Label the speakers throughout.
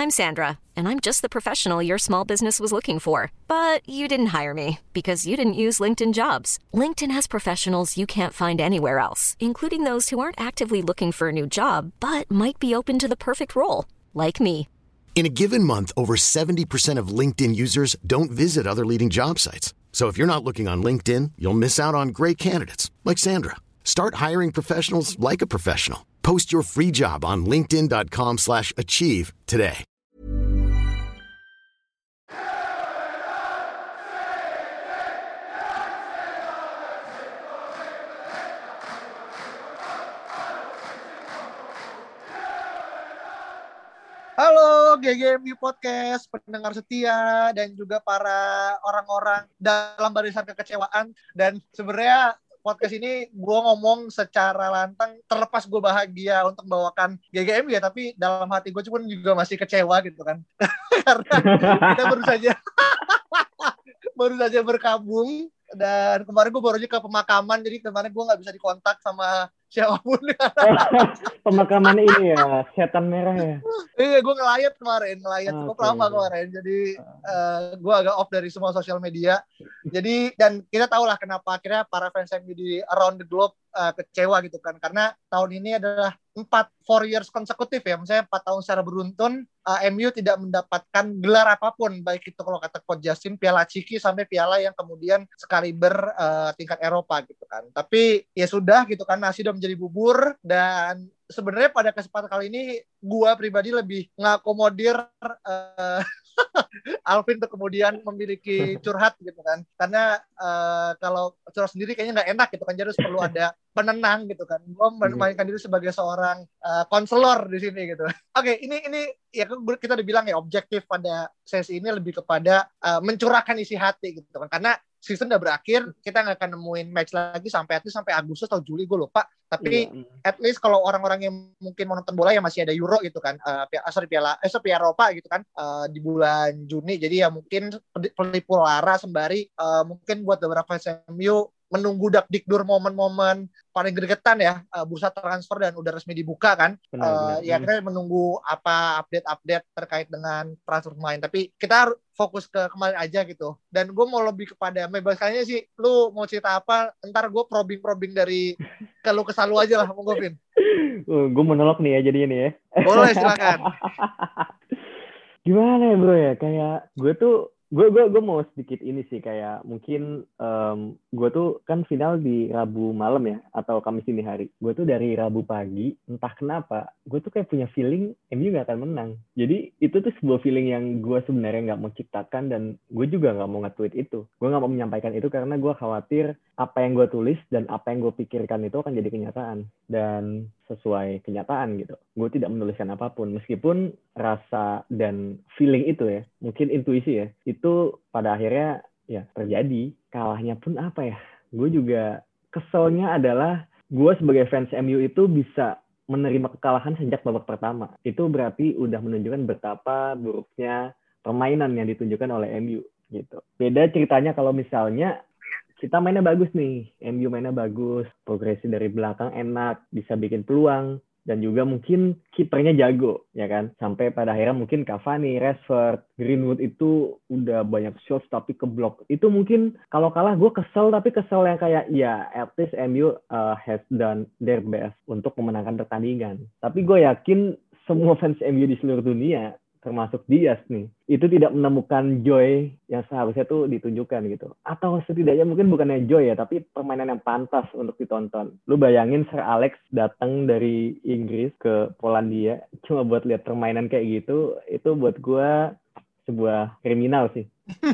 Speaker 1: I'm Sandra, and I'm just the professional your small business was looking for. But you didn't hire me because you didn't use LinkedIn Jobs. LinkedIn has professionals you can't find anywhere else, including those who aren't actively looking for a new job, but might be open to the perfect role, like me.
Speaker 2: In a given month, over 70% of LinkedIn users don't visit other leading job sites. So if you're not looking on LinkedIn, you'll miss out on great candidates like Sandra. Start hiring professionals like a professional. Post your free job on linkedin.com/achieve today.
Speaker 3: Halo GGMU Podcast, pendengar setia dan juga para orang-orang dalam barisan kekecewaan. Dan sebenarnya podcast ini gue ngomong secara lantang, terlepas gue bahagia untuk membawakan GGMU ya, tapi dalam hati gue juga masih kecewa gitu kan. Karena kita baru saja berkabung. Dan kemarin gue baru aja ke pemakaman, jadi kemarin gue nggak bisa dikontak sama siapapun.
Speaker 4: Pemakaman ini ya, setan merah ya.
Speaker 3: Iya, gue ngelayat cukup lama kemarin. Jadi gue agak off dari semua sosial media. Jadi dan kita tahu lah kenapa akhirnya para fans MU di around the globe kecewa gitu kan. Karena tahun ini adalah 4 years konsekutif ya. Misalnya 4 tahun secara beruntun MU tidak mendapatkan gelar apapun, baik itu kalau kata Coach Justin Piala Ciki sampai piala yang kemudian sekali tingkat Eropa gitu kan. Tapi ya sudah gitu kan, nasi udah menjadi bubur. Dan sebenarnya pada kesempatan kali ini gue pribadi lebih ngakomodir Alvin untuk kemudian memiliki curhat gitu kan. Karena kalau curhat sendiri kayaknya nggak enak gitu kan, jadi harus perlu ada penenang gitu kan. Gue memainkan diri sebagai seorang konselor di sini gitu. Oke, ini ya kita udah bilang ya, objektif pada sesi ini lebih kepada mencurahkan isi hati gitu kan. Karena season udah berakhir, kita nggak akan nemuin match lagi sampai Agustus atau Juli, gue lupa. Tapi at least kalau orang-orang yang mungkin mau nonton bola ya masih ada Euro gitu kan, Piala Eropa gitu kan di bulan Juni. Jadi ya mungkin pelipur lara sembari mungkin buat beberapa fans MU menunggu dakdikdur momen-momen paling gregetan ya, bursa transfer dan udah resmi dibuka kan. Ya kita menunggu apa update terkait dengan transfer pemain. Tapi kita fokus ke kemarin aja gitu. Dan gue mau lebih kepada bebaskannya sih, lu mau cerita apa, ntar gue probing dari keluh kesah lu aja lah, monggo Vin.
Speaker 4: Gue monolog nih ya jadinya nih ya.
Speaker 3: Boleh, silakan.
Speaker 4: Gimana ya bro ya, kayak gue mau sedikit ini sih, kayak mungkin gue tuh kan final di Rabu malam ya, atau Kamis dini hari. Gue tuh dari Rabu pagi, entah kenapa gue tuh kayak punya feeling MU gak akan menang. Jadi itu tuh sebuah feeling yang gue sebenarnya gak mau ciptakan, dan gue juga gak mau nge-tweet itu. Gue gak mau menyampaikan itu karena gue khawatir apa yang gue tulis dan apa yang gue pikirkan itu akan jadi kenyataan. Dan sesuai kenyataan gitu. Gue tidak menuliskan apapun, meskipun rasa dan feeling itu ya, mungkin intuisi ya, itu pada akhirnya ya terjadi. Kalahnya pun apa ya, gue juga keselnya adalah gue sebagai fans MU itu bisa menerima kekalahan sejak babak pertama. Itu berarti udah menunjukkan betapa buruknya permainan yang ditunjukkan oleh MU gitu. Beda ceritanya kalau misalnya kita mainnya bagus nih, MU mainnya bagus, progresi dari belakang enak, bisa bikin peluang, dan juga mungkin kipernya jago, ya kan? Sampai pada akhirnya mungkin Cavani, Rashford, Greenwood itu udah banyak shots tapi keblok. Itu mungkin kalau kalah gue kesel, tapi kesel yang kayak ya at least MU has done their best untuk memenangkan pertandingan. Tapi gue yakin semua fans MU di seluruh dunia, termasuk Dias nih, itu tidak menemukan joy yang seharusnya tuh ditunjukkan gitu. Atau setidaknya mungkin bukannya joy ya, tapi permainan yang pantas untuk ditonton. Lu bayangin Sir Alex datang dari Inggris ke Polandia cuma buat lihat permainan kayak gitu, itu buat gue sebuah kriminal sih.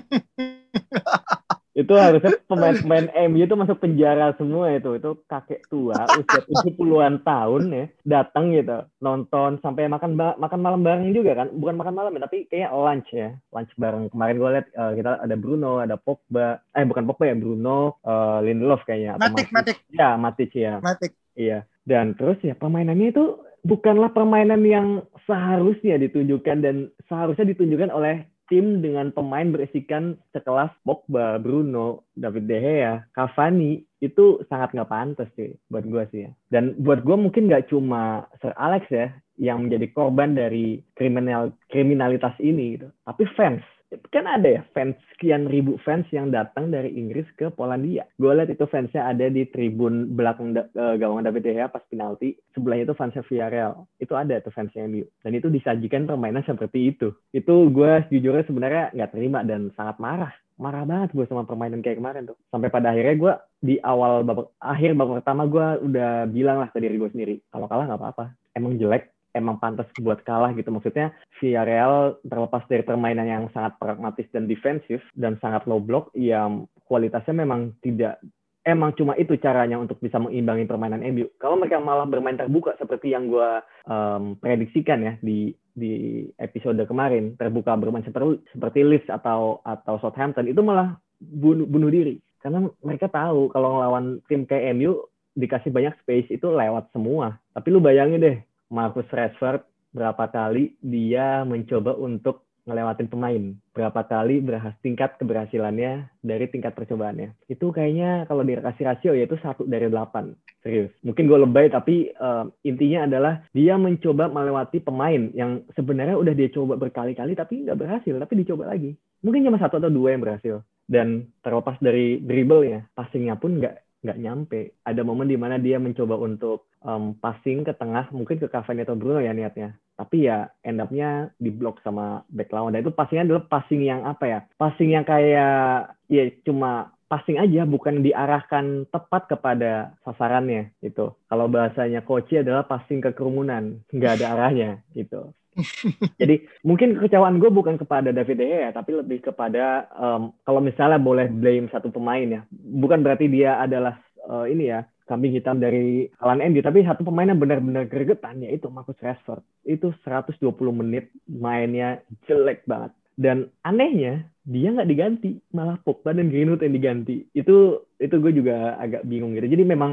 Speaker 4: Itu harusnya pemain-pemain MU itu masuk penjara semua itu kakek tua usia 70-an tahun ya, datang gitu nonton sampai makan malam bareng juga kan, bukan makan malam ya, tapi kayak lunch bareng. Kemarin gue lihat kita ada Bruno, ada Pogba, bukan Pogba ya, Bruno, Lindelof kayaknya,
Speaker 3: Matic
Speaker 4: ya, Matic ya, iya. Dan terus ya permainannya itu bukanlah permainan yang seharusnya ditunjukkan dan seharusnya ditunjukkan oleh tim dengan pemain berisikan sekelas Pogba, Bruno, David De Gea, Cavani. Itu sangat nggak pantas sih buat gue sih ya. Dan buat gue mungkin nggak cuma Sir Alex ya yang menjadi korban dari kriminalitas ini gitu. Tapi fans, kan ada ya fans, sekian ribu fans yang datang dari Inggris ke Polandia. Gue lihat itu fansnya ada di tribun belakang gawang David De Gea pas penalti. Sebelahnya itu fansnya Villarreal. Itu ada tuh fansnya MU. Dan itu disajikan permainan seperti itu. Itu gue sejujurnya sebenarnya nggak terima dan sangat marah. Marah banget gue sama permainan kayak kemarin tuh. Sampai pada akhirnya gue di akhir babak pertama gue udah bilang lah ke diri gue sendiri, kalau kalah nggak apa-apa. Emang jelek, emang pantas buat kalah gitu. Maksudnya Villarreal terlepas dari permainan yang sangat pragmatis dan defensif dan sangat low block, ya kualitasnya memang tidak, emang cuma itu caranya untuk bisa mengimbangi permainan MU. Kalau mereka malah bermain terbuka seperti yang gue prediksikan ya di episode kemarin, terbuka bermain seperti Leeds atau Southampton, itu malah bunuh diri. Karena mereka tahu kalau ngelawan tim kayak MU dikasih banyak space itu lewat semua. Tapi lu bayangin deh, Marcus Rashford berapa kali dia mencoba untuk ngelewatin pemain, berapa kali tingkat keberhasilannya dari tingkat percobaannya. Itu kayaknya kalau dikasih rasio ya itu 1/8. Serius. Mungkin gue lebay, tapi intinya adalah dia mencoba melewati pemain yang sebenarnya udah dia coba berkali-kali tapi nggak berhasil, tapi dicoba lagi. Mungkin cuma 1 atau 2 yang berhasil. Dan terlepas dari dribble ya, passingnya pun nggak nyampe. Ada momen di mana dia mencoba untuk passing ke tengah, mungkin ke Cavani atau Bruno ya niatnya. Tapi ya end up-nya diblok sama back lawan. Dan itu passingnya adalah passing yang apa ya? Passing yang kayak ya cuma passing aja, bukan diarahkan tepat kepada sasarannya gitu. Kalau bahasanya coach adalah passing ke kerumunan, nggak ada arahnya gitu. Jadi mungkin kekecewaan gue bukan kepada David De Gea, tapi lebih kepada kalau misalnya boleh blame satu pemain ya, bukan berarti dia adalah kambing hitam dari kalangan MU, tapi satu pemain yang benar-benar gregetan yaitu Marcus Rashford. Itu 120 menit mainnya jelek banget. Dan anehnya dia nggak diganti, malah Pogba dan Greenwood yang diganti. Itu gue juga agak bingung gitu. Jadi memang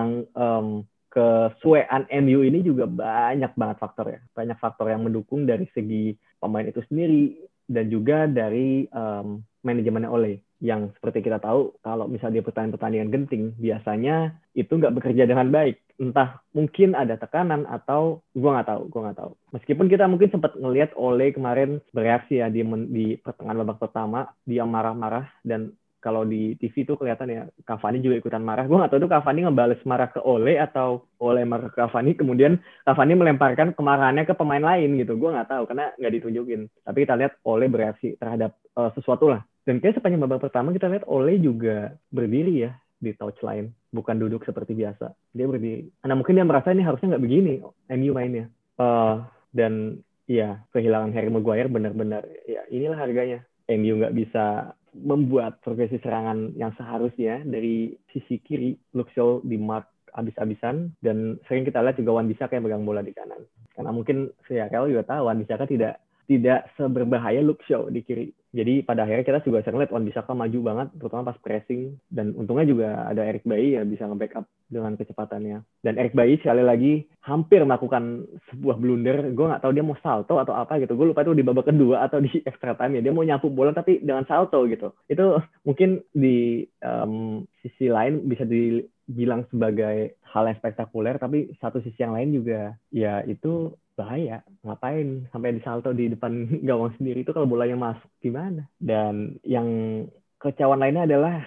Speaker 4: kesuean MU ini juga banyak banget faktor ya. Banyak faktor yang mendukung dari segi pemain itu sendiri dan juga dari manajemennya Ole. Yang seperti kita tahu, kalau misalnya dia pertandingan genting, biasanya itu nggak bekerja dengan baik. Entah mungkin ada tekanan atau gue nggak tahu. Meskipun kita mungkin sempat ngelihat Ole kemarin bereaksi ya di pertengahan babak pertama, dia marah-marah, dan kalau di TV tuh kelihatan ya Cavani juga ikutan marah. Gue nggak tahu tuh Cavani ngebales marah ke Ole atau Ole marah ke Cavani, kemudian Cavani melemparkan kemarahannya ke pemain lain gitu. Gue nggak tahu karena nggak ditunjukin. Tapi kita lihat Ole bereaksi terhadap sesuatu lah. Dan kayak sepanjang babak pertama kita lihat Ole juga berdiri ya di touchline, bukan duduk seperti biasa. Dia berdiri. Karena mungkin dia merasa ini harusnya nggak begini MU mainnya. Dan ya kehilangan Harry Maguire benar-benar ya inilah harganya. MU nggak bisa membuat progresi serangan yang seharusnya dari sisi kiri. Luke Shaw di mark abis-abisan, dan sering kita lihat juga Wan-Bissaka yang pegang bola di kanan. Karena mungkin Villarreal juga tahu Wan-Bissaka tidak seberbahaya Luke Shaw di kiri. Jadi pada akhirnya kita juga sering lihat Wan-Bissaka maju banget, terutama pas pressing. Dan untungnya juga ada Eric Bailly yang bisa nge-backup dengan kecepatannya. Dan Eric Bailly sekali lagi hampir melakukan sebuah blunder. Gue nggak tahu dia mau salto atau apa gitu. Gue lupa itu di babak kedua atau di extra time ya. Dia mau nyapu bola tapi dengan salto gitu. Itu mungkin di sisi lain bisa dibilang sebagai hal yang spektakuler, tapi satu sisi yang lain juga ya itu bahaya. Ngapain sampai disalto di depan gawang sendiri, itu kalau bolanya masuk gimana? Dan yang kecewaan lainnya adalah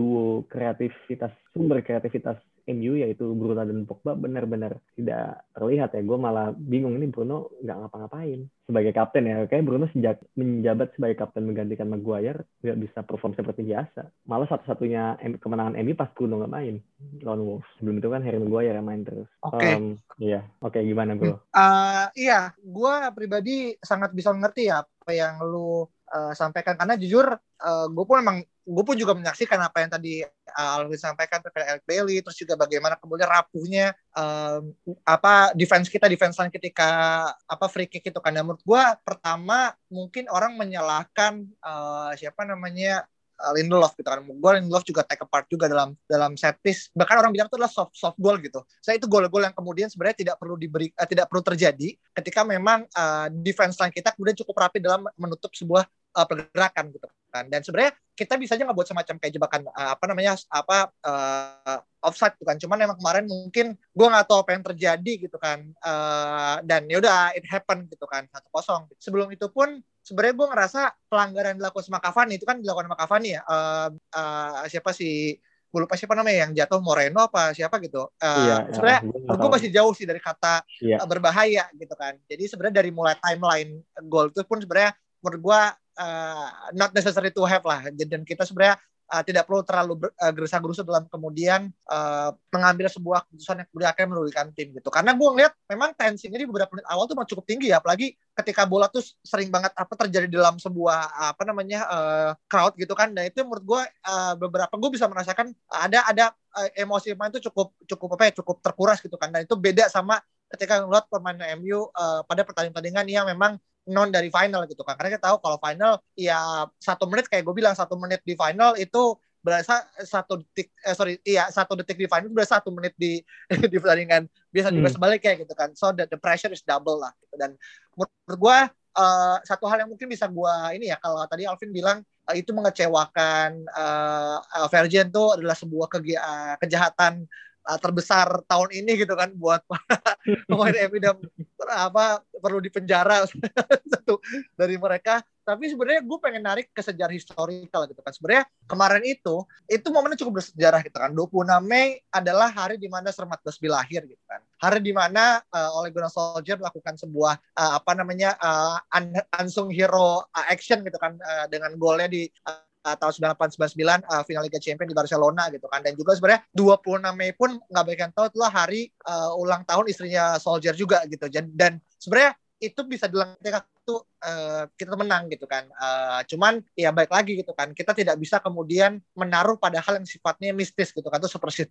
Speaker 4: sumber kreativitas MU yaitu Bruno dan Pogba benar-benar tidak terlihat ya. Gue malah bingung, ini Bruno nggak ngapa-ngapain sebagai kapten ya. Kayak Bruno sejak menjabat sebagai kapten menggantikan Maguire nggak bisa perform seperti biasa. Malah satu-satunya kemenangan MU pas Bruno nggak main lawan Wolves. Sebelum itu kan Harry Maguire yang main terus. Oke, gimana bro?
Speaker 3: Iya, gue pribadi sangat bisa mengerti ya apa yang lu sampaikan, karena jujur gue pun juga menyaksikan apa yang tadi Alvin sampaikan terkait Eric Bailly, terus juga bagaimana kemudian rapuhnya defense line ketika free kick itu kan. Dan menurut gue pertama mungkin orang menyalahkan Lindelof gitu kan. Gue Lindelof juga take apart juga dalam set piece. Bahkan orang bilang itu adalah soft goal gitu. Saya itu gol-gol yang kemudian sebenarnya tidak perlu terjadi ketika memang defense line kita kemudian cukup rapi dalam menutup sebuah pergerakan gitu. kan. Dan sebenarnya kita bisa aja ngebuat semacam kayak jebakan offside gitu kan. Cuman emang kemarin mungkin gue nggak tahu apa yang terjadi gitu kan. Dan ya udah it happen gitu kan 1-0. Sebelum itu pun sebenarnya gue ngerasa pelanggaran yang dilakukan sama Cavani itu kan dilakukan sama Cavani ya. Siapa sih? Gue lupa siapa namanya yang jatuh, Moreno apa siapa gitu. Sebenarnya gue masih jauh sih dari kata berbahaya gitu kan. Jadi sebenarnya dari mulai timeline gol itu pun sebenarnya menurut gue not necessary to have lah. Dan kita sebenarnya tidak perlu terlalu gerusa-gerusu dalam kemudian mengambil sebuah keputusan yang kemudian akan merugikan tim gitu. Karena gue ngeliat memang tensinya di beberapa menit awal tuh cukup tinggi ya, apalagi ketika bola tuh sering banget terjadi dalam sebuah crowd gitu kan. Dan itu menurut gue beberapa gue bisa merasakan ada emosi pemain itu cukup terkuras gitu kan. Dan itu beda sama ketika ngeliat pemain MU pada pertandingan yang memang non dari final gitu kan. Karena kita tahu kalau final ya 1 menit kayak gue bilang 1 menit di final itu berasa 1 detik di final itu berasa 1 menit di pertandingan biasa juga sebaliknya gitu kan. So the pressure is double lah gitu. Dan menurut gue satu hal yang mungkin bisa gue kalau tadi Alvin bilang itu mengecewakan Virgin tuh adalah sebuah kejahatan terbesar tahun ini gitu kan buat pemain MU dan perlu dipenjara satu dari mereka. Tapi sebenarnya gue pengen narik ke sejarah historikal gitu kan. Sebenarnya kemarin itu momennya cukup bersejarah gitu kan. 26 Mei adalah hari di mana Sir Matt Busby lahir gitu kan. Hari di mana Ole Gunnar Solskjaer melakukan sebuah unsung hero action gitu kan dengan golnya di tahun 98-99 final Liga Champions di Barcelona gitu kan. Dan juga sebenarnya 26 Mei pun nggak banyak yang tahu itulah hari ulang tahun istrinya Solskjaer juga gitu. Dan sebenarnya itu bisa dibilang ketika itu kita menang gitu kan. Cuman ya baik lagi gitu kan, kita tidak bisa kemudian menaruh pada hal yang sifatnya mistis gitu kan. Itu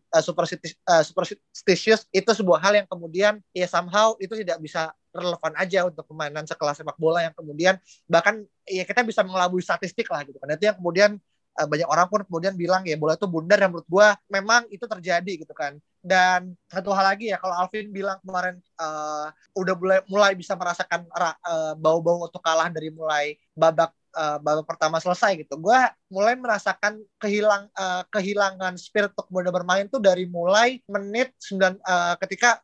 Speaker 3: superstitious itu sebuah hal yang kemudian ya somehow itu tidak bisa relevan aja untuk permainan sekelas sepak bola yang kemudian bahkan ya kita bisa mengelabui statistik lah gitu kan. Itu yang kemudian banyak orang pun kemudian bilang ya bola itu bundar, yang menurut gue memang itu terjadi gitu kan. Dan satu hal lagi ya, kalau Alvin bilang kemarin udah mulai bisa merasakan bau-bau untuk kalah dari mulai babak pertama selesai gitu. Gue mulai merasakan kehilangan spirit untuk mudah bermain tuh dari mulai menit 9 ketika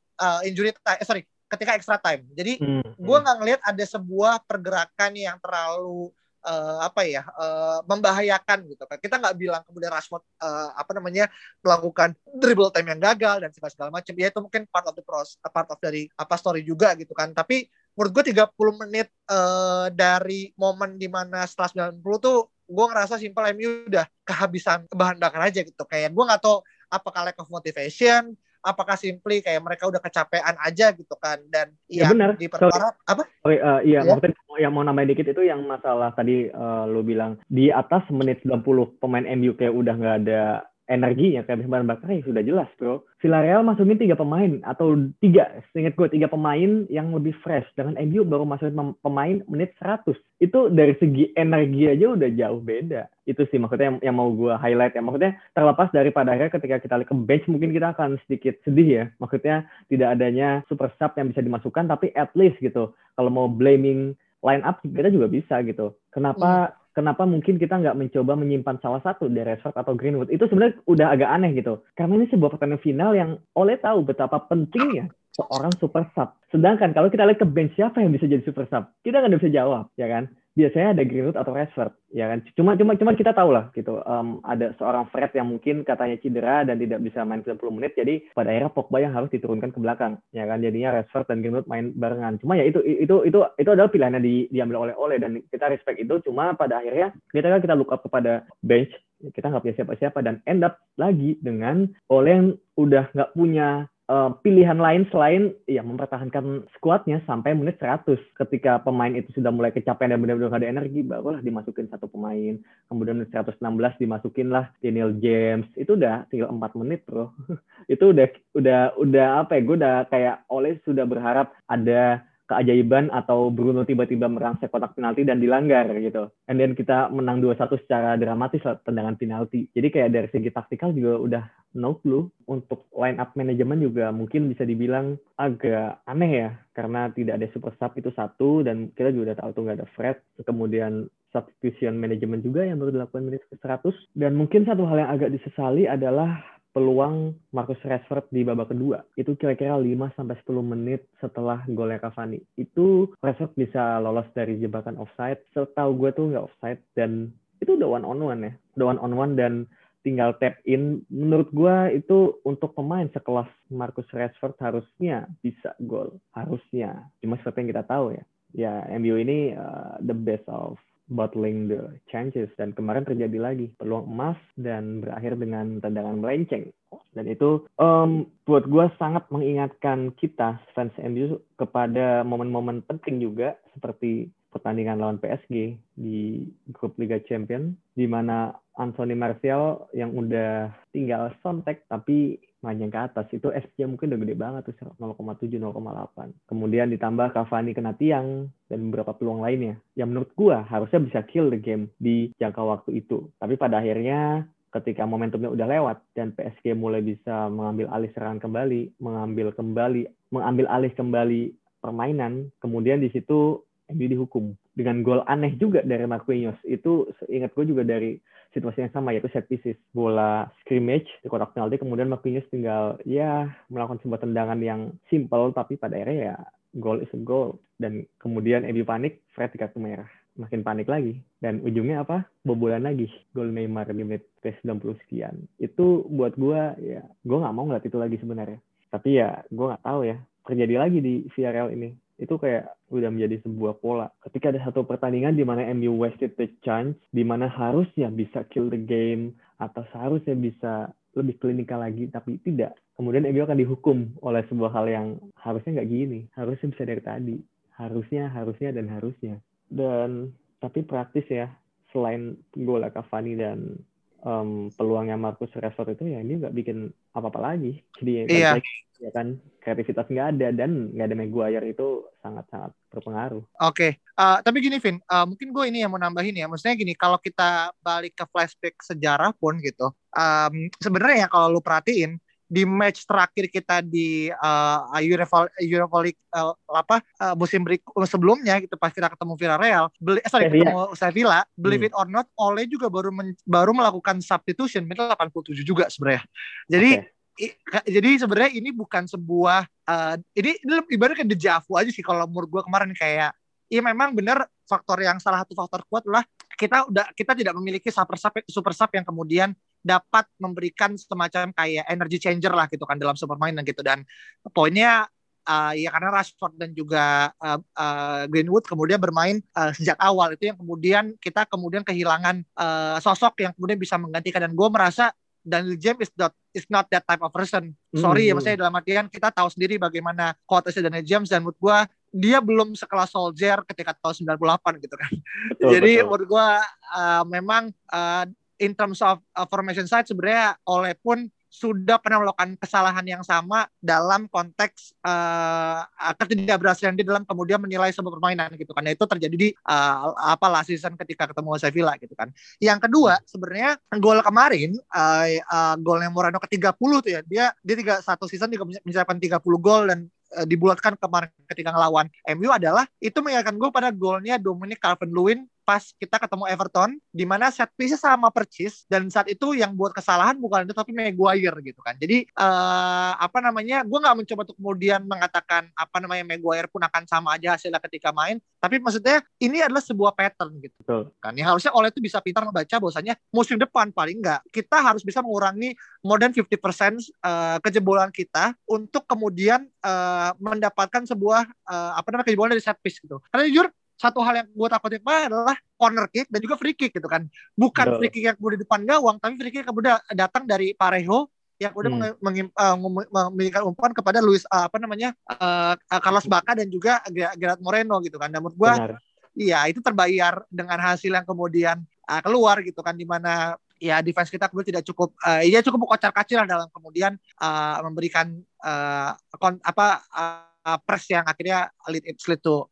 Speaker 3: ketika extra time. Jadi gue nggak ngelihat ada sebuah pergerakan yang terlalu membahayakan gitu kan. Kita nggak bilang kemudian Rashford melakukan dribble time yang gagal dan segala macam. Ya itu mungkin part of dari story juga gitu kan. Tapi menurut gue 30 menit dari momen dimana setelah 90 tuh gue ngerasa simpel MU udah kehabisan bahan bakar aja gitu. Kayak gue nggak tahu apakah lack of motivation, apakah simply kayak mereka udah kecapean aja gitu kan. Dan
Speaker 4: ya benar.
Speaker 3: Diperparah apa?
Speaker 4: Maksudnya yang mau nambahin dikit itu yang masalah tadi lu bilang di atas menit 90 pemain MU kayak udah nggak ada energinya, kayak bahan bakar ya sudah jelas bro. Villarreal masukin 3 pemain atau 3, seingat gue 3 pemain yang lebih fresh, dengan MU baru masukin pemain menit 100. Itu dari segi energi aja udah jauh beda. Itu sih maksudnya yang mau gue highlight ya. Maksudnya terlepas daripada akhirnya ketika kita lihat ke bench mungkin kita akan sedikit sedih ya. Maksudnya tidak adanya super sub yang bisa dimasukkan, tapi at least gitu. Kalau mau blaming line up kita juga bisa gitu. Kenapa mungkin kita nggak mencoba menyimpan salah satu dari Rashford atau Greenwood? Itu sebenarnya udah agak aneh gitu. Karena ini sebuah pertandingan final yang Ole tahu betapa pentingnya seorang super sub. Sedangkan kalau kita lihat ke bench, siapa yang bisa jadi super sub? Kita nggak bisa jawab, ya kan? Biasanya ada Greenwood atau Rashford, ya kan? Cuma kita tahu lah gitu. Ada seorang Fred yang mungkin katanya cedera dan tidak bisa main 90 menit. Jadi pada akhirnya Pogba yang harus diturunkan ke belakang, ya kan? Jadinya Rashford dan Greenwood main barengan. Cuma ya itu adalah pilihannya diambil oleh Ole dan kita respect itu. Cuma pada akhirnya kita look up kepada bench, kita nggak punya siapa-siapa dan end up lagi dengan Ole yang udah nggak punya pilihan lain selain ya mempertahankan skuadnya sampai menit 100. Ketika pemain itu sudah mulai kecapean dan benar-benar nggak ada energi, barulah dimasukin satu pemain. Kemudian menit 116 dimasukin lah Daniel James. Itu udah tinggal 4 menit bro. Itu udah apa ya, gue udah kayak Ole sudah berharap ada keajaiban atau Bruno tiba-tiba merangsek kotak penalti dan dilanggar gitu. And then kita menang 2-1 secara dramatis lah tendangan penalti. Jadi kayak dari segi taktikal juga udah no clue. Untuk line up manajemen juga mungkin bisa dibilang agak aneh ya, karena tidak ada super sub itu satu, dan kita juga udah tahu tuh nggak ada Fred. Kemudian substitution management juga yang baru dilakukan menit ke-100. Dan mungkin satu hal yang agak disesali adalah peluang Marcus Rashford di babak kedua. Itu kira-kira 5-10 menit setelah golnya Cavani. Itu Rashford bisa lolos dari jebakan offside. Setahu gue tuh nggak offside, dan itu udah one on one ya. Udah one on one dan tinggal tap in. Menurut gue itu untuk pemain sekelas Marcus Rashford harusnya bisa gol. Harusnya. Cuma seperti yang kita tahu ya. Ya, MU ini the best of bottling the chances, dan kemarin terjadi lagi peluang emas dan berakhir dengan tendangan melenceng. Dan itu buat gue sangat mengingatkan kita fans MU kepada momen-momen penting juga, seperti pertandingan lawan PSG di grup Liga Champions, di mana Anthony Martial yang udah tinggal sontek tapi maju ke atas, itu XG mungkin udah gede banget tuh, 0,7, 0,8. Kemudian ditambah Cavani kena tiang dan beberapa peluang lainnya yang menurut gua harusnya bisa kill the game di jangka waktu itu. Tapi pada akhirnya ketika momentumnya udah lewat dan PSG mulai bisa mengambil alih serangan kembali, mengambil alih kembali permainan, kemudian di situ MU dihukum dengan gol aneh juga dari Marquinhos. Itu ingat gue juga dari situasi yang sama, yaitu set pieces, bola scrimmage di kotak penalti, kemudian Marquinhos tinggal ya melakukan sebuah tendangan yang simple, tapi pada akhirnya ya goal is a goal. Dan kemudian MU panik, Fred di kartu merah, makin panik lagi, dan ujungnya apa? Bobolan lagi, gol Neymar di menit ke-90 sekian. Itu buat gue ya, gue nggak mau ngeliat itu lagi sebenarnya, tapi ya gue nggak tahu ya, terjadi lagi di Villarreal ini. Itu kayak udah menjadi sebuah pola. Ketika ada satu pertandingan di mana MU wasted the chance, di mana harusnya bisa kill the game, atau seharusnya bisa lebih klinikal lagi, tapi tidak. Kemudian MU akan dihukum oleh sebuah hal yang harusnya nggak gini. Harusnya bisa dari tadi. Harusnya, dan harusnya. Dan, tapi praktis ya, selain gol Cavani dan peluangnya Marcus Rashford itu, ya ini nggak bikin apa-apa lagi. Jadi
Speaker 3: Iya.
Speaker 4: Ya kan, kreativitas nggak ada, dan nggak ada Maguire, itu sangat-sangat berpengaruh.
Speaker 3: Oke. Tapi gini Vin, mungkin gue ini yang mau nambahin ya. Maksudnya gini, kalau kita balik ke flashback sejarah pun gitu, sebenarnya ya kalau lu perhatiin di match terakhir kita di Europa League musim sebelumnya gitu, pas kita ketemu Villarreal, ketemu Sevilla, believe it or not, Ole juga baru melakukan substitution menit 87 juga sebenarnya. Jadi jadi sebenarnya ini bukan sebuah ini ibaratnya kayak deja vu aja sih kalau menurut gue kemarin. Kayak ya memang benar, salah satu faktor kuat adalah kita tidak memiliki super sub yang kemudian dapat memberikan semacam kayak energy changer lah gitu kan dalam permainan gitu. Dan poinnya ya karena Rashford dan juga Greenwood kemudian bermain sejak awal, itu yang kemudian kita kehilangan sosok yang kemudian bisa menggantikan. Dan gue merasa Daniel James is not that type of person. Sorry ya, maksudnya dalam artian kita tahu sendiri bagaimana kualitasnya Daniel James, dan menurut gue dia belum sekelas Solskjaer ketika tahun 98 gitu kan. Jadi menurut gue memang in terms of formation side sebenarnya Ole pun sudah pernah melakukan kesalahan yang sama dalam konteks ketidakberhasilan dia dalam kemudian menilai sebuah permainan gitu kan. Nah, itu terjadi di last season ketika ketemu Sevilla gitu kan. Yang kedua sebenarnya gol kemarin, golnya Moreno ke-30 tuh ya, dia satu season juga mencapai 30 gol, dan dibulatkan kemarin ketika ngelawan MU adalah itu mengingatkan gue pada golnya Dominic Calvert-Lewin pas kita ketemu Everton, di mana set piece sama persis, dan saat itu yang buat kesalahan bukan itu tapi Maguire gitu kan. Jadi gue nggak mencoba untuk kemudian mengatakan Maguire pun akan sama aja hasilnya ketika main, tapi maksudnya ini adalah sebuah pattern gitu.
Speaker 4: Betul.
Speaker 3: Kan ya harusnya Ole itu bisa pintar membaca bahwasanya musim depan paling nggak kita harus bisa mengurangi more than 50% kejebolan kita untuk kemudian mendapatkan sebuah kejebolan dari set piece gitu. Karena jujur satu hal yang gue takutin adalah corner kick dan juga free kick gitu kan. Bukan free kick yang kemudian depan gawang, tapi free kick yang kemudian datang dari Parejo yang kemudian memberikan umpan kepada Carlos Bacca dan juga Gerard Moreno gitu kan. Dan menurut gue iya itu terbayar dengan hasil yang kemudian keluar gitu kan, di mana ya defense kita kemudian tidak cukup cukup kocar-kacir dalam kemudian memberikan press yang akhirnya lead to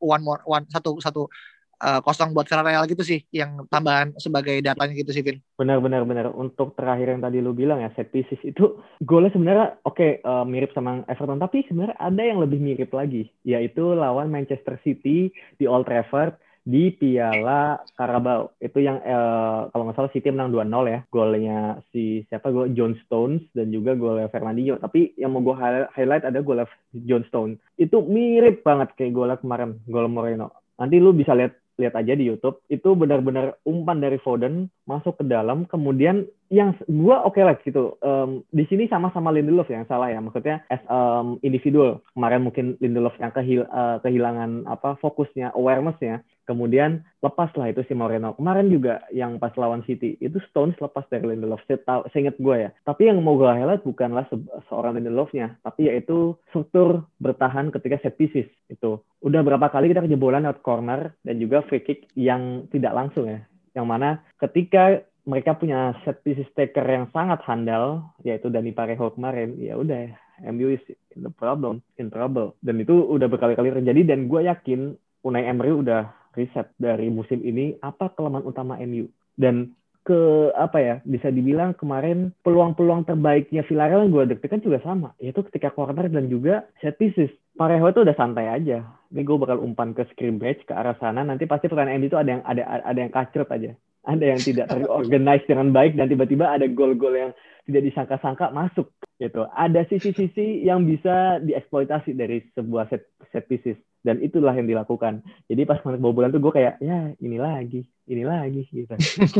Speaker 3: kosong buat Villarreal gitu sih, yang tambahan sebagai datanya gitu sih, Vin.
Speaker 4: Benar. Untuk terakhir yang tadi lu bilang ya, set pieces itu golnya sebenarnya mirip sama Everton, tapi sebenarnya ada yang lebih mirip lagi, yaitu lawan Manchester City di Old Trafford di Piala Carabao. Itu yang kalau nggak salah City menang 2-0 ya. Golnya John Stones dan juga golnya Fernandinho. Tapi yang mau gue highlight ada golnya John Stones. Itu mirip banget kayak golnya kemarin, gol Moreno. Nanti lu bisa lihat aja di YouTube, itu benar-benar umpan dari Foden masuk ke dalam, kemudian yang gue lah gitu. Di sini sama-sama Lindelof yang salah ya, maksudnya as individual. Kemarin mungkin Lindelof yang kehilangan fokusnya, awareness-nya, kemudian lepas lah itu si Moreno. Kemarin juga yang pas lawan City, itu Stones lepas dari Lindelof, seingat gue ya. Tapi yang mau gue highlight bukanlah seorang Lindelof-nya, tapi yaitu struktur bertahan ketika set pieces itu. Udah berapa kali kita kejebolan lewat corner dan juga free kick yang tidak langsung ya. Yang mana ketika mereka punya set pieces taker yang sangat handal, yaitu Dani Parejo kemarin, ya udah MU is in trouble. Dan itu udah berkali-kali terjadi, dan gue yakin Unai Emery udah riset dari musim ini apa kelemahan utama MU. Dan bisa dibilang kemarin peluang-peluang terbaiknya Villarreal yang gue deg-degan juga sama, yaitu ketika corner dan juga set pieces. Parejo itu udah santai aja. Ini gue bakal umpan ke scrimmage ke arah sana, nanti pasti pertahanan MU itu ada yang kacrut aja. Ada yang tidak terorganize dengan baik, dan tiba-tiba ada gol-gol yang tidak disangka-sangka masuk gitu. Ada sisi-sisi yang bisa dieksploitasi dari sebuah set pieces, dan itulah yang dilakukan. Jadi pas kebobolan tuh gue kayak, ya ini lagi gitu.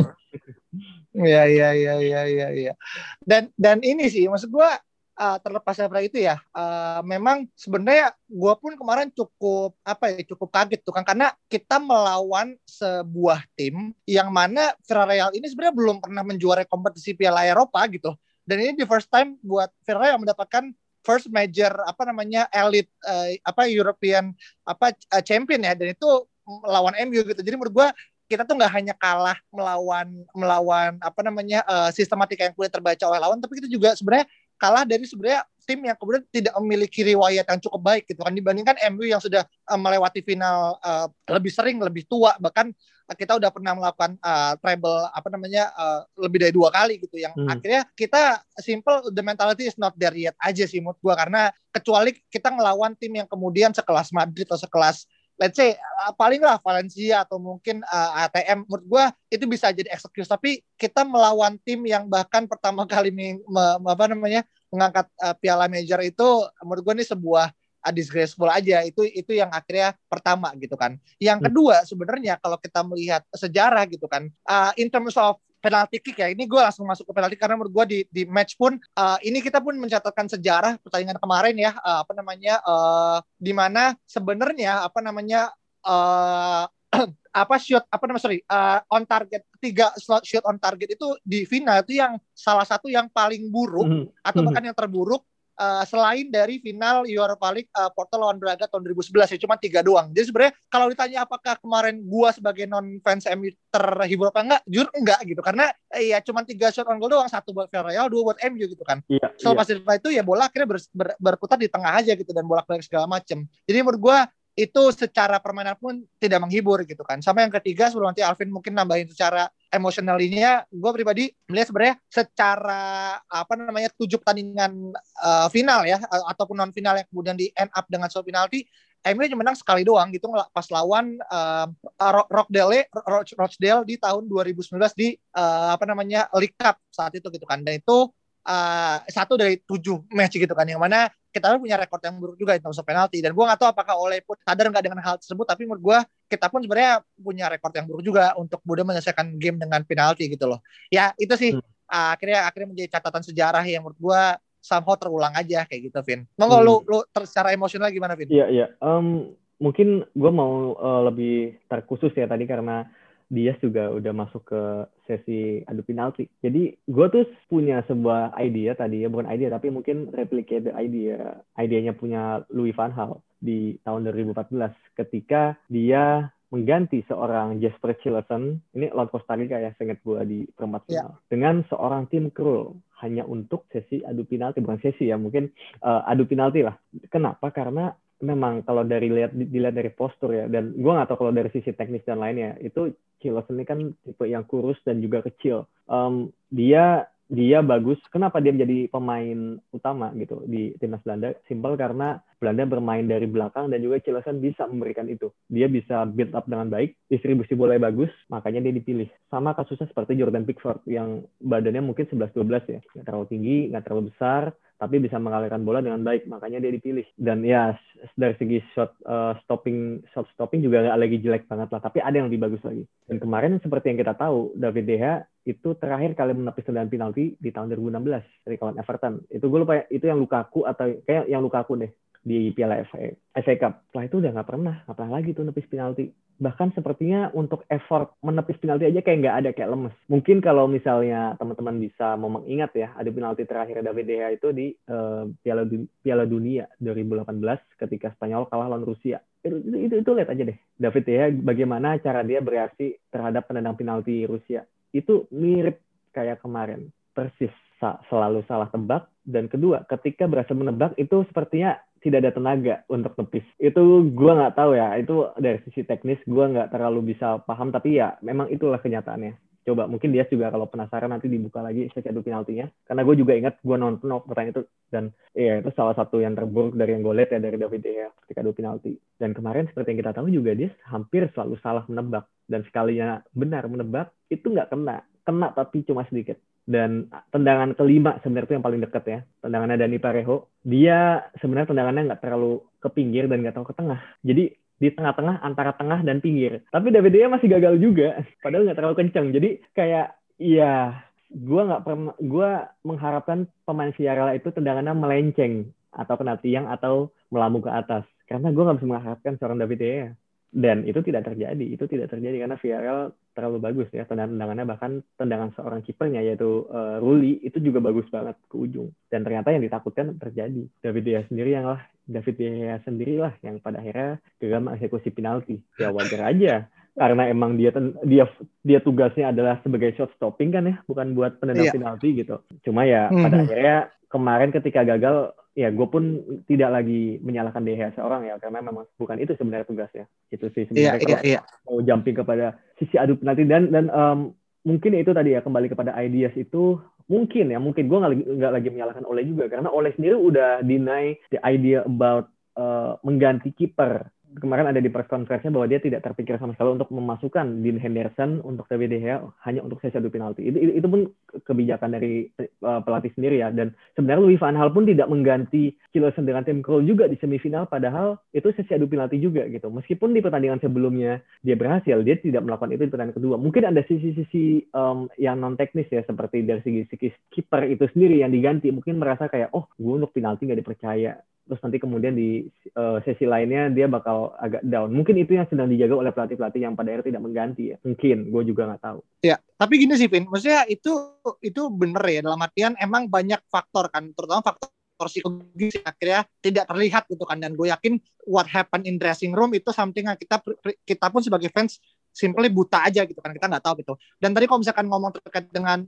Speaker 3: Iya. Dan ini sih maksud gue, terlepas dari itu ya, memang sebenarnya gue pun kemarin cukup kaget tuh kan, karena kita melawan sebuah tim yang mana Villarreal ini sebenarnya belum pernah menjuarai kompetisi Piala Eropa gitu, dan ini the first time buat Villarreal mendapatkan first major elite European champion ya, dan itu lawan MU gitu. Jadi menurut gue kita tuh nggak hanya kalah melawan sistematika yang kemudian terbaca oleh lawan, tapi kita juga sebenarnya kalah dari tim yang kemudian tidak memiliki riwayat yang cukup baik gitu kan, dibandingkan MU yang sudah melewati final lebih sering, lebih tua, bahkan kita udah pernah melakukan treble lebih dari 2 kali gitu, yang akhirnya kita simple, the mentality is not there yet aja sih menurut gua, karena kecuali kita ngelawan tim yang kemudian sekelas Madrid atau sekelas let's say paling lah Valencia atau mungkin ATM, menurut gue itu bisa jadi excuse. Tapi kita melawan tim yang bahkan pertama kali mengangkat piala major itu, menurut gue ini sebuah disgraceful aja. Itu yang akhirnya pertama gitu kan. Yang kedua sebenarnya kalau kita melihat sejarah gitu kan, in terms of penalti kick ya, ini gue langsung masuk ke penalti karena menurut gue di match pun ini kita pun mencatatkan sejarah pertandingan kemarin ya, di mana sebenarnya on target 3 shot on target itu di final itu yang salah satu yang paling buruk atau bahkan yang terburuk selain dari final Europa League Porto lawan Braga tahun 2011 ya, cuma 3 doang. Jadi sebenarnya kalau ditanya apakah kemarin gua sebagai non fans MU terhibur apa enggak, jujur enggak gitu, karena ya cuma 3 shot on goal doang, 1 buat Villarreal, 2 buat MU gitu kan. Pas itu ya bola akhirnya berputar di tengah aja gitu, dan bolak-balik segala macem. Jadi menurut gua itu secara permainan pun tidak menghibur gitu kan. Sama yang ketiga, sebelum nanti Alvin mungkin nambahin secara emosionalnya, gue pribadi melihat sebenarnya secara 7 pertandingan final ya, ataupun non final yang kemudian di end up dengan shot penalti, MU menang sekali doang gitu pas lawan Rochdale di tahun 2019 di League Cup saat itu gitu kan. Dan itu 1 dari 7 match gitu kan, yang mana kita punya rekor yang buruk juga di terms of penalti. Dan gue gak tahu apakah Ole pun sadar gak dengan hal tersebut, tapi menurut gue kita pun sebenarnya punya rekor yang buruk juga untuk kemudian menyelesaikan game dengan penalti gitu loh. Ya itu sih akhirnya menjadi catatan sejarah yang menurut gue somehow terulang aja kayak gitu, Vin. Monggo lu secara emosional gimana, Vin?
Speaker 4: Iya. Mungkin gue mau lebih terkhusus ya tadi karena Dias juga udah masuk ke sesi adu penalti. Jadi gue tuh punya sebuah idea tadi ya, bukan idea tapi mungkin replicate the idea. Idenya punya Louis van Gaal di tahun 2014 ketika dia mengganti seorang Jesper Cillessen, ini lawan Costa Rica ya, seingat gue di perempat final, dengan seorang Tim Krul hanya untuk sesi adu penalti, bukan sesi ya, mungkin adu penalti lah. Kenapa? Karena memang kalau dilihat dari postur ya, dan gue nggak tahu kalau dari sisi teknis dan lainnya, itu Cilosen ini kan tipe yang kurus dan juga kecil. Dia bagus. Kenapa dia menjadi pemain utama gitu di timnas Belanda? Simpel karena Belanda bermain dari belakang dan juga Cilosen bisa memberikan itu. Dia bisa build up dengan baik, distribusi bola bagus, makanya dia dipilih. Sama kasusnya seperti Jordan Pickford yang badannya mungkin 11-12 ya, nggak terlalu tinggi, nggak terlalu besar, tapi bisa mengalirkan bola dengan baik, makanya dia dipilih. Dan ya dari segi shot stopping juga nggak lagi jelek banget lah, tapi ada yang lebih bagus lagi. Dan kemarin seperti yang kita tahu, David De Gea itu terakhir kali menepis tendangan penalti di tahun 2016 dari kawan Everton. Itu gue lupa itu yang Lukaku atau kayak yang Lukaku deh di Piala FA Cup. Setelah itu udah nggak pernah lagi tuh nepis penalti. Bahkan sepertinya untuk effort menepis penalti aja kayak nggak ada, kayak lemes. Mungkin kalau misalnya teman-teman bisa mau mengingat ya, ada penalti terakhir David De Gea itu di Piala Dunia 2018 ketika Spanyol kalah lawan Rusia. Itu lihat aja deh, David De Gea bagaimana cara dia bereaksi terhadap penendang penalti Rusia. Itu mirip kayak kemarin, persis selalu salah tebak. Dan kedua, ketika berhasil menebak itu sepertinya tidak ada tenaga untuk tepis. Itu gue nggak tahu ya, itu dari sisi teknis gue nggak terlalu bisa paham, tapi ya memang itulah kenyataannya. Coba mungkin dia juga kalau penasaran nanti dibuka lagi sesi adu penaltinya, karena gue juga ingat gue nonton pertandingan itu, dan ya itu salah satu yang terburuk dari yang gue lihat ya dari David De Gea ketika adu penalti. Dan kemarin seperti yang kita tahu juga dia hampir selalu salah menebak, dan sekalinya benar menebak itu nggak kena tapi cuma sedikit. Dan tendangan kelima sebenarnya itu yang paling dekat ya, tendangannya Dani Parejo, dia sebenarnya tendangannya nggak terlalu ke pinggir dan nggak terlalu ke tengah, jadi di tengah-tengah antara tengah dan pinggir. Tapi David De Gea masih gagal juga, padahal nggak terlalu kencang. Jadi kayak gue mengharapkan pemain Villarreal itu tendangannya melenceng atau kena tiang atau melambung ke atas, karena gue nggak bisa mengharapkan seorang David De Gea. Dan itu tidak terjadi karena Villarreal terlalu bagus ya tendangannya, bahkan tendangan seorang kipernya yaitu Rulli itu juga bagus banget ke ujung. Dan ternyata yang ditakutkan terjadi. David De Gea sendirilah yang pada akhirnya gagal mengeksekusi penalti. Ya wajar aja karena emang dia tugasnya adalah sebagai shot stopping kan ya, bukan buat penendang penalti gitu. Cuma ya pada akhirnya kemarin ketika gagal, ya gue pun tidak lagi menyalahkan De Gea seorang ya, karena memang bukan itu sebenarnya tugasnya. Itu sih sebenarnya mau jumping kepada sisi adu penalti dan mungkin itu tadi ya, kembali kepada ideas itu mungkin gue nggak lagi menyalahkan Ole juga, karena Ole sendiri udah deny the idea about mengganti kiper. Kemarin ada di press conference-nya bahwa dia tidak terpikir sama sekali untuk memasukkan Dean Henderson untuk David De Gea hanya untuk sesi adu penalti. Itu pun kebijakan dari pelatih sendiri ya. Dan sebenarnya Louis van Gaal pun tidak mengganti Cilosen dengan Tim Krul juga di semifinal, padahal itu sesi adu penalti juga gitu. Meskipun di pertandingan sebelumnya dia berhasil, dia tidak melakukan itu di pertandingan kedua. Mungkin ada sisi-sisi yang non teknis ya, seperti dari segi kiper itu sendiri yang diganti. Mungkin merasa kayak, gue untuk penalti nggak dipercaya. Terus nanti kemudian di sesi lainnya dia bakal agak down. Mungkin itu yang sedang dijaga oleh pelatih-pelatih yang pada akhirnya tidak mengganti ya. Mungkin, gue juga nggak tahu.
Speaker 3: Ya, tapi gini sih, Vin. Maksudnya itu bener ya. Dalam artian emang banyak faktor kan. Terutama faktor psikologis yang akhirnya tidak terlihat gitu kan. Dan gue yakin what happened in dressing room itu something yang kita pun sebagai fans simply buta aja gitu kan. Kita nggak tahu gitu. Dan tadi kalau misalkan ngomong terkait dengan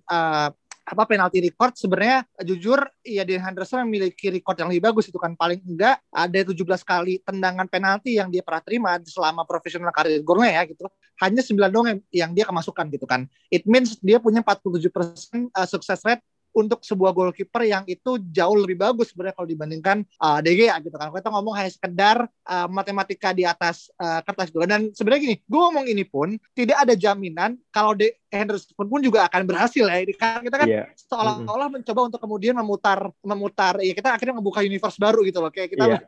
Speaker 3: penalti record, sebenarnya jujur ya Dean Henderson memiliki record yang lebih bagus itu kan. Paling enggak ada 17 kali tendangan penalti yang dia pernah terima selama profesional karir golnya ya gitu. Hanya 9 doang yang dia kemasukan gitu kan. It means dia punya 47% success rate untuk sebuah goalkeeper yang itu jauh lebih bagus sebenarnya kalau dibandingkan De Gea gitu kan. Kita ngomong hanya sekedar matematika di atas kertas juga. Dan sebenarnya gini, gue ngomong ini pun tidak ada jaminan kalau Henderson pun juga akan berhasil ya. Kita kan seolah-olah mencoba untuk kemudian memutar ya, kita akhirnya membuka universe baru gitu loh. Kayak kita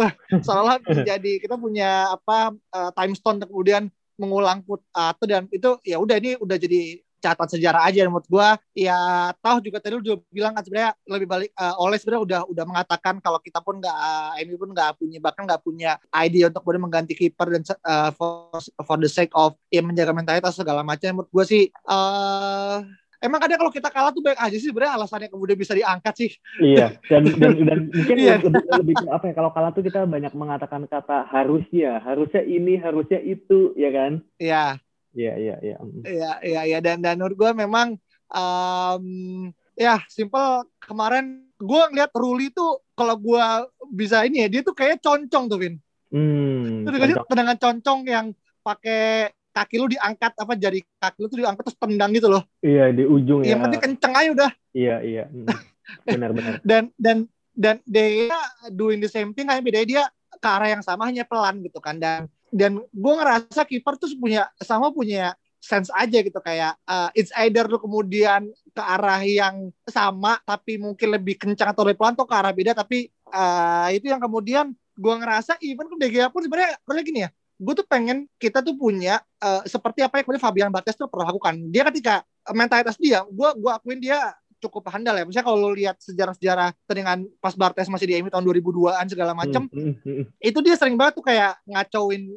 Speaker 3: seolah menjadi kita punya time stone untuk kemudian mengulang dan itu ya udah, ini udah jadi catatan sejarah aja menurut gue. Ya tahu juga tadi lu juga bilang kan sebenarnya lebih balik Ole sebenarnya udah mengatakan kalau kita pun MU pun nggak punya ide untuk kemudian mengganti kiper dan for the sake of menjaga mentalitas segala macam. Menurut gue sih emang kadang kalau kita kalah tuh baik aja sih sebenarnya, alasannya kemudian bisa diangkat sih.
Speaker 4: Iya, dan mungkin lebih apa ya, kalau kalah tuh kita banyak mengatakan kata harusnya ini, harusnya itu, ya kan?
Speaker 3: Iya. Iya. Dan menurut gue memang ya simple, kemarin gue ngeliat Ruli tuh kalau gue bisa ini ya, dia tuh kayak concong tuh, Vin. Tendangan concong yang pakai kaki lu diangkat, jari kaki lu tuh diangkat terus tendang gitu loh.
Speaker 4: Iya, di ujung ya.
Speaker 3: Yang penting kenceng aja udah.
Speaker 4: Iya. Benar.
Speaker 3: dan dia doing the same thing, hanya bedanya dia ke arah yang sama, hanya pelan gitu kan. Dan gue ngerasa kiper tuh punya sense aja gitu, kayak it's either lu kemudian ke arah yang sama tapi mungkin lebih kencang atau lebih pelan, atau ke arah beda. Tapi itu yang kemudian gue ngerasa even ke De Gea pun sebenarnya gini ya, gue tuh pengen kita tuh punya seperti apa yang kemudian Fabian Barthez tuh pernah lakukan. Dia ketika mentalitas dia, gue akuin dia cukup handal ya. Misalnya kalau lo lihat sejarah-sejarah dengan pas Barthez masih di MU tahun 2002-an segala macam, itu dia sering banget tuh kayak ngacauin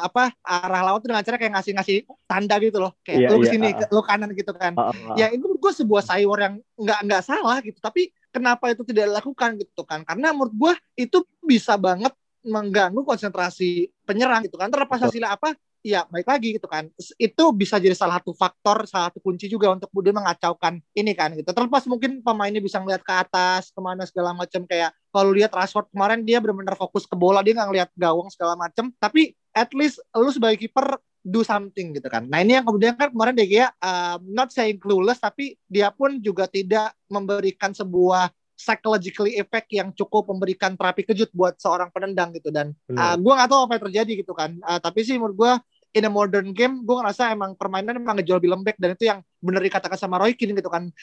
Speaker 3: arah lawan tuh dengan cara kayak ngasih tanda gitu loh, kayak lu kesini, lu kanan gitu kan. Ya itu menurut gue sebuah cyber yang nggak salah gitu, tapi kenapa itu tidak dilakukan gitu kan? Karena menurut gue itu bisa banget mengganggu konsentrasi penyerang gitu kan. Terlepas hasilnya apa, ya baik lagi gitu kan. Itu bisa jadi salah satu faktor, salah satu kunci juga untuk kemudian mengacaukan ini kan gitu. Terlepas mungkin pemainnya bisa ngeliat ke atas kemana segala macam, kayak kalau lihat Rashford kemarin dia benar-benar fokus ke bola, dia nggak ngeliat gawang segala macam. Tapi at least lu sebagai kiper do something gitu kan. Nah ini yang kemudian kan kemarin De Gea not saying clueless, tapi dia pun juga tidak memberikan sebuah psychologically effect yang cukup memberikan terapi kejut buat seorang penendang gitu. Dan gue nggak tahu apa yang terjadi gitu kan. Tapi sih menurut gue in a modern game, gue ngerasa emang permainan emang ngejual lebih lembek, dan itu yang bener dikatakan sama Roy Keane gitu kan.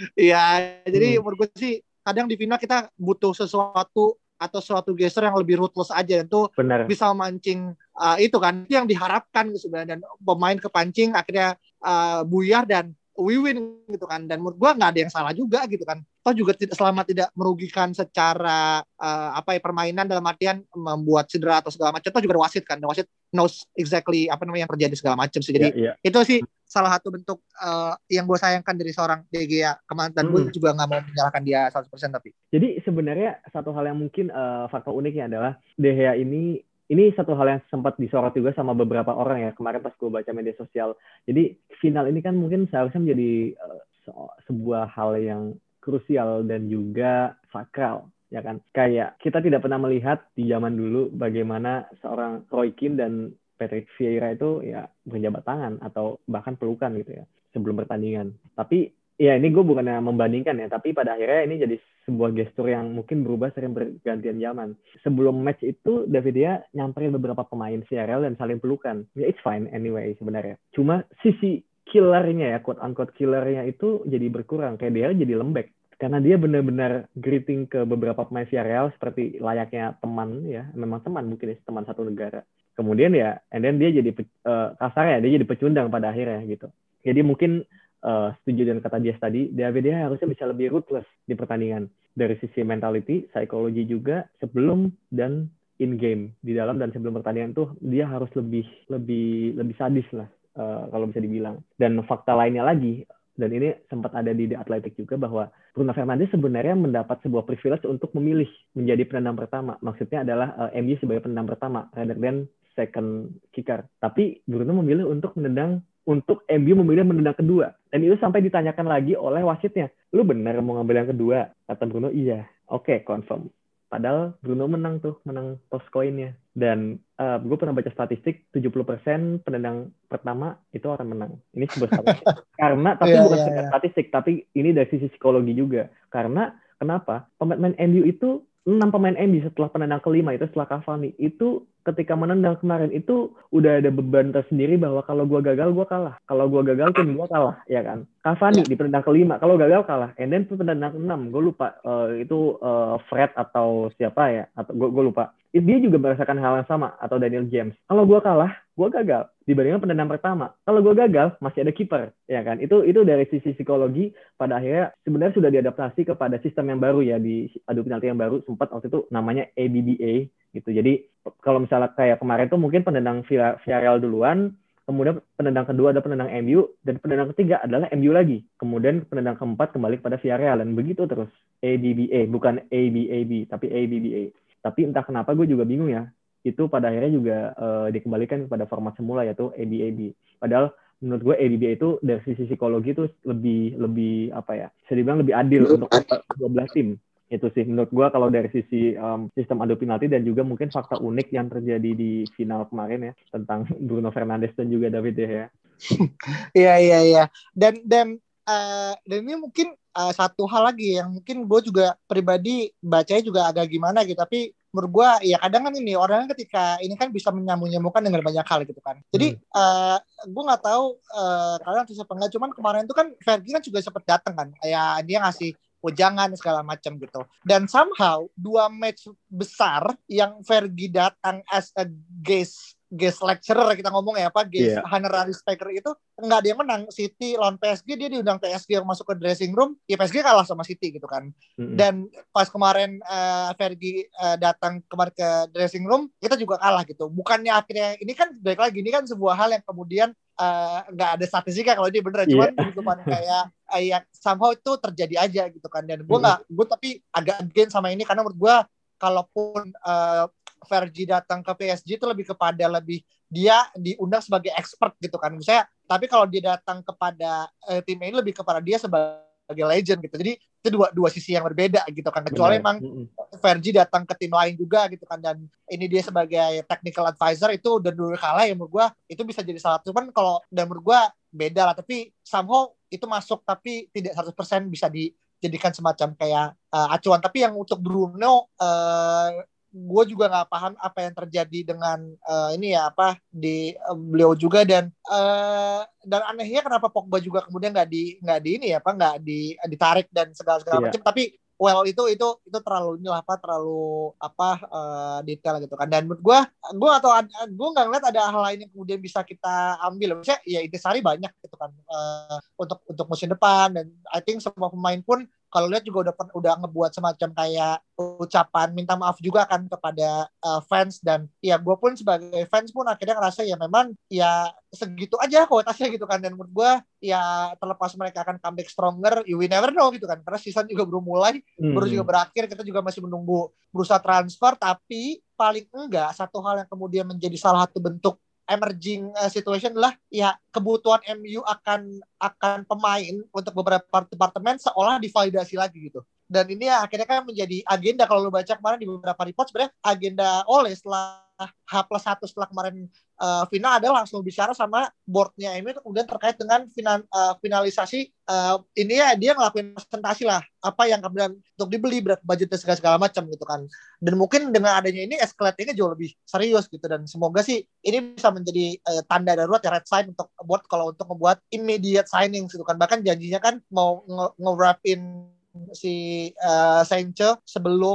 Speaker 3: Iya, jadi menurut gue sih kadang di final kita butuh sesuatu atau suatu gesture yang lebih ruthless aja, dan itu bisa memancing itu kan, itu yang diharapkan gitu sebenarnya. Dan pemain kepancing akhirnya buyar dan we win gitu kan. Dan menurut gue nggak ada yang salah juga gitu kan. Toh juga selama tidak merugikan secara permainan dalam artian membuat cedera atau segala macam, toh juga ada wasit kan. Dan wasit knows exactly apa namanya yang terjadi segala macam sih. Jadi itu sih salah satu bentuk yang gue sayangkan dari seorang De Gea kemarin. Dan gue juga nggak mau menyalahkan dia 100% tapi.
Speaker 4: Jadi sebenarnya satu hal yang mungkin faktor uniknya adalah De Gea ini satu hal yang sempat disorot juga sama beberapa orang ya kemarin pas gue baca media sosial. Jadi final ini kan mungkin seharusnya menjadi sebuah hal yang krusial dan juga sakral, ya kan? Kayak kita tidak pernah melihat di zaman dulu bagaimana seorang Roy Keane dan Patrick Vieira itu ya berjabat tangan atau bahkan pelukan gitu ya sebelum pertandingan. Tapi ya ini gue bukannya membandingkan ya, tapi pada akhirnya ini jadi sebuah gestur yang mungkin berubah sering bergantian zaman. Sebelum match itu David Villa nyamperin beberapa pemain CRL dan saling pelukan. Ya it's fine anyway sebenarnya. Cuma sisi killernya ya, quote-unquote killernya itu jadi berkurang. Kayak dia jadi lembek. Karena dia benar-benar greeting ke beberapa pemain CRL seperti layaknya teman ya. Memang teman mungkin ya, teman satu negara. Kemudian ya, and then dia jadi kasarnya, dia jadi pecundang pada akhirnya gitu. Jadi mungkin setuju dengan kata Jess tadi, David dia harusnya bisa lebih ruthless di pertandingan dari sisi mentality, psikologi juga sebelum dan in game, di dalam dan sebelum pertandingan tuh dia harus lebih sadis lah kalau bisa dibilang. Dan fakta lainnya lagi, dan ini sempat ada di The Athletic juga, bahwa Bruno Fernandes sebenarnya mendapat sebuah privilege untuk memilih menjadi penendang pertama. Maksudnya adalah MU sebagai penendang pertama rather than second kicker. Tapi Bruno memilih untuk MU memilih menendang kedua. Dan itu sampai ditanyakan lagi oleh wasitnya. Lu benar mau ngambil yang kedua? Kata Bruno, iya. Oke, confirm. Padahal Bruno menang toss coin-nya. Dan gue pernah baca statistik, 70% penendang pertama itu akan menang. Ini sebuah statistik. Tapi bukan sekedar statistik, tapi ini dari sisi psikologi juga. Karena, kenapa? Pemain MU itu, 6 pemain MU setelah penendang kelima itu, setelah Cavani, itu ketika menendang kemarin itu udah ada beban tersendiri bahwa kalau gue gagal gue kalah, kalau gue gagal tim gue kalah, ya kan? Cavani di penendang kelima kalau gagal kalah, and then penendang keenam gue lupa itu Fred atau siapa ya, atau gue lupa. Dia juga merasakan hal yang sama, atau Daniel James. Kalau gue kalah, gue gagal dibandingkan penendang pertama. Kalau gue gagal, masih ada kiper, ya kan? Itu dari sisi psikologi. Pada akhirnya sebenarnya sudah diadaptasi kepada sistem yang baru ya, di adu penalti yang baru, sempat waktu itu namanya ABBA gitu. Jadi kalau misalnya kayak kemarin tuh mungkin penendang Villarreal duluan, kemudian penendang kedua ada penendang MU, dan penendang ketiga adalah MU lagi. Kemudian penendang keempat kembali kepada Villarreal, dan begitu terus. ABBA, bukan ABAB, tapi ABBA. Tapi entah kenapa gue juga bingung ya, itu pada akhirnya juga dikembalikan kepada format semula, yaitu ABAB. Padahal menurut gue ABBA itu dari sisi psikologi itu lebih apa ya, bisa dibilang lebih adil untuk 12 tim. Itu sih menurut gue kalau dari sisi sistem adu penalti dan juga mungkin fakta unik yang terjadi di final kemarin ya tentang Bruno Fernandes dan juga David De Gea.
Speaker 3: Iya. Dan ini mungkin satu hal lagi yang mungkin gue juga pribadi bacanya juga agak gimana gitu. Tapi menurut gue ya kadang kan ini orang ketika ini kan bisa menyambung-nyambungkan dengan banyak hal gitu kan. Jadi gue nggak tahu kalian bisa apa enggak. Cuman kemarin itu kan Fergie kan juga sempat datang kan. Ya dia ngasih wejangan segala macam gitu. Dan somehow 2 match besar yang Fergie datang as a guest lecturer kita ngomong ya apa guest honorary speaker itu nggak ada yang menang. City lawan PSG dia diundang PSG yang masuk ke dressing room, ya PSG kalah sama City gitu kan. Dan pas kemarin Fergie datang kemarin ke dressing room kita juga kalah gitu. Bukannya akhirnya ini kan balik lagi ini kan sebuah hal yang kemudian nggak ada statistika kalau dia beneran cuman kehidupan kayak ya somehow itu terjadi aja gitu kan. Dan gue tapi agak against sama ini karena menurut gue kalaupun Fergie datang ke PSG itu lebih dia diundang sebagai expert gitu kan misalnya, tapi kalau dia datang kepada tim ini lebih kepada dia sebagai legend gitu. Jadi itu dua sisi yang berbeda gitu kan. Kecuali emang Fergie datang ke tim lain juga gitu kan, dan ini dia sebagai technical advisor itu udah dulu kalah ya menurut gue itu bisa jadi salah satu. Cuman kalau dan menurut gue beda lah, tapi somehow itu masuk tapi tidak 100% bisa dijadikan semacam kayak acuan. Tapi yang untuk Bruno gue juga nggak paham apa yang terjadi dengan ini ya apa di beliau juga. Dan anehnya kenapa Pogba juga kemudian nggak ditarik dan segala macam. Tapi well itu terlalu detail gitu kan. Dan menurut gue nggak ngeliat ada hal lain yang kemudian bisa kita ambil. Maksudnya ya Intisari banyak gitu kan untuk musim depan, dan I think semua pemain pun kalau lihat juga udah ngebuat semacam kayak ucapan minta maaf juga kan kepada fans. Dan ya gue pun sebagai fans pun akhirnya ngerasa ya memang ya segitu aja kualitasnya gitu kan. Dan menurut gue ya terlepas mereka akan comeback stronger, we never know gitu kan, karena season juga belum mulai, baru juga berakhir, kita juga masih menunggu bursa transfer. Tapi paling enggak satu hal yang kemudian menjadi salah satu bentuk emerging situation adalah ya kebutuhan MU akan pemain untuk beberapa departemen seolah divalidasi lagi gitu. Dan ini ya akhirnya kan menjadi agenda, kalau lu baca kemarin di beberapa report sebenarnya agenda Ole setelah H+1 setelah kemarin final adalah langsung bicara sama boardnya MU kemudian terkait dengan finalisasi ini ya dia ngelakuin presentasi lah apa yang kemudian untuk dibeli, berapa budgetnya segala macam gitu kan. Dan mungkin dengan adanya ini escalate-nya jauh lebih serius gitu, dan semoga sih ini bisa menjadi tanda darurat ya, red sign untuk board kalau untuk membuat immediate signing gitu kan. Bahkan janjinya kan mau nge-wrap-in si Sancho sebelum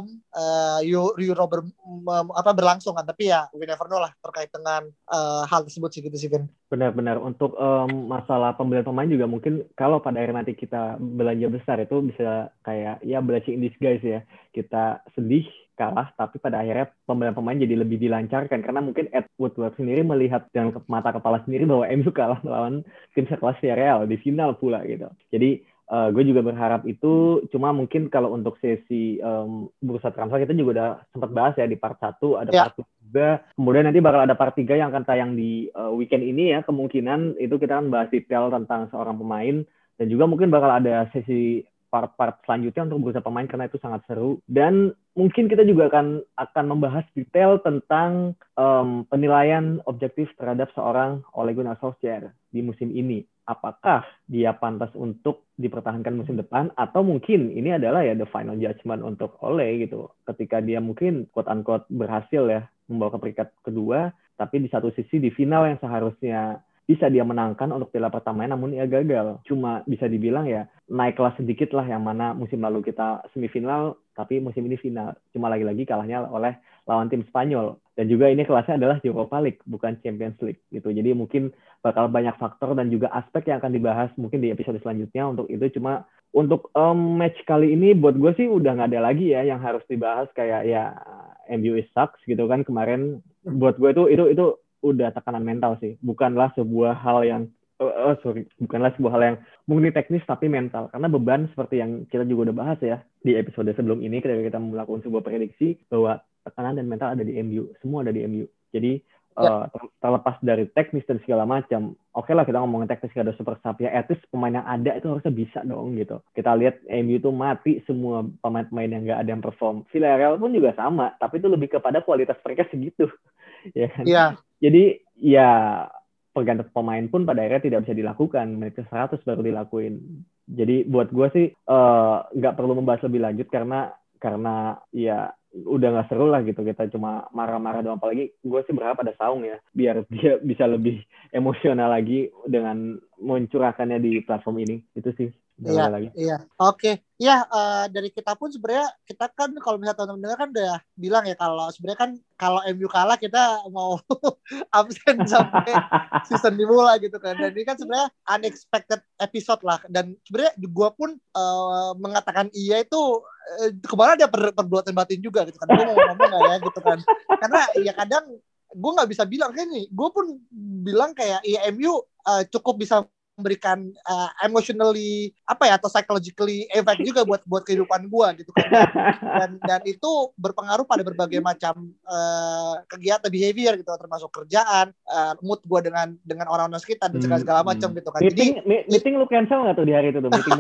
Speaker 3: Euro berlangsung kan. Tapi ya we never know lah terkait dengan hal tersebut sih gitu sih Vin.
Speaker 4: Benar-benar untuk masalah pembelian pemain juga mungkin kalau pada akhir nanti kita belanja besar itu bisa kayak ya blessing in disguise ya. Kita sedih kalah, tapi pada akhirnya pembelian pemain jadi lebih dilancarkan karena mungkin Ed Woodward sendiri melihat dengan mata kepala sendiri bahwa MU kalah melawan tim sekelas Villarreal di final pula gitu. Jadi gue juga berharap itu. Cuma mungkin kalau untuk sesi bursa transfer kita juga udah sempat bahas ya di part 1, ada part 2 juga. Kemudian nanti bakal ada part 3 yang akan tayang di weekend ini ya. Kemungkinan itu kita akan bahas detail tentang seorang pemain. Dan juga mungkin bakal ada sesi part-part selanjutnya untuk bursa pemain karena itu sangat seru. Dan mungkin kita juga akan membahas detail tentang penilaian objektif terhadap seorang Ole Gunnar Solskjaer di musim ini. Apakah dia pantas untuk dipertahankan musim depan, atau mungkin ini adalah ya the final judgment untuk Ole gitu. Ketika dia mungkin quote-unquote berhasil ya membawa ke peringkat kedua, tapi di satu sisi di final yang seharusnya bisa dia menangkan untuk piala pertamanya, namun ia gagal. Cuma bisa dibilang ya naik kelas sedikit lah, yang mana musim lalu kita semifinal, tapi musim ini final. Cuma lagi-lagi kalahnya oleh lawan tim Spanyol. Dan juga ini kelasnya adalah Europa League, bukan Champions League gitu. Jadi mungkin bakal banyak faktor dan juga aspek yang akan dibahas mungkin di episode selanjutnya untuk itu. Cuma untuk match kali ini buat gue sih udah nggak ada lagi ya yang harus dibahas kayak ya MU is sucks gitu kan kemarin. Buat gue itu udah tekanan mental sih, bukanlah sebuah hal yang murni teknis tapi mental, karena beban seperti yang kita juga udah bahas ya di episode sebelum ini ketika kita melakukan sebuah prediksi bahwa tekanan dan mental ada di MU, semua ada di MU. Jadi terlepas dari teknis dan segala macam. Oke lah kita ngomongin teknis gak ada super sub ya, at least pemain yang ada itu harusnya bisa dong gitu. Kita lihat MU itu mati semua pemain-pemain yang gak ada yang perform. Villarreal pun juga sama, tapi itu lebih kepada kualitas mereka segitu. Ya kan?
Speaker 3: Iya.
Speaker 4: Jadi ya pergantian pemain pun pada akhirnya tidak bisa dilakukan, menit ke 100 baru dilakuin. Jadi buat gue sih nggak perlu membahas lebih lanjut karena ya udah nggak seru lah gitu, kita cuma marah-marah doang. Apalagi gue sih berharap ada Saung ya, biar dia bisa lebih emosional lagi dengan mencurahkannya di platform ini. Itu sih.
Speaker 3: Iya. Oke. Ya, dari kita pun sebenarnya kita kan kalau misalnya teman-teman dengar kan udah bilang ya kalau sebenarnya kan kalau MU kalah kita mau absen sampai season dimulai gitu kan. Dan ini kan sebenarnya unexpected episode lah. Dan sebenarnya gue pun mengatakan iya itu kemarin ada perbuatan batin juga gitu kan. Gue mau ngomong nggak ya gitu kan. Karena ya kadang gue nggak bisa bilang kayak nih. Gue pun bilang kayak ya MU cukup bisa memberikan emotionally atau psychologically effect juga buat kehidupan gue gitu kan, dan itu berpengaruh pada berbagai macam kegiatan behavior gitu, termasuk kerjaan, mood gue dengan orang-orang sekitar dan segala macam gitu kan.
Speaker 4: Meeting lu cancel nggak tuh di hari itu tuh meeting?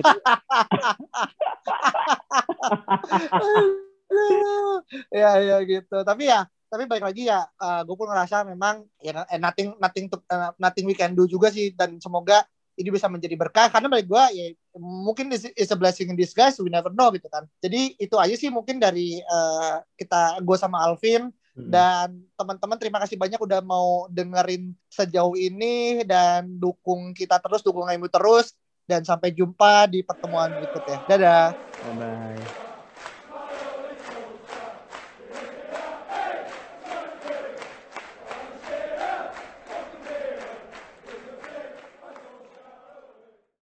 Speaker 3: ya gitu, tapi balik lagi ya, gue pun ngerasa memang ya nothing we can do juga sih, dan semoga ini bisa menjadi berkah, karena bagi gue ya mungkin is a blessing in disguise, we never know gitu kan. Jadi itu aja sih mungkin dari gue sama Alvin. Dan teman-teman terima kasih banyak udah mau dengerin sejauh ini dan dukung kita terus, dukung MU terus, dan sampai jumpa di pertemuan berikutnya. Dadah.
Speaker 4: Bye.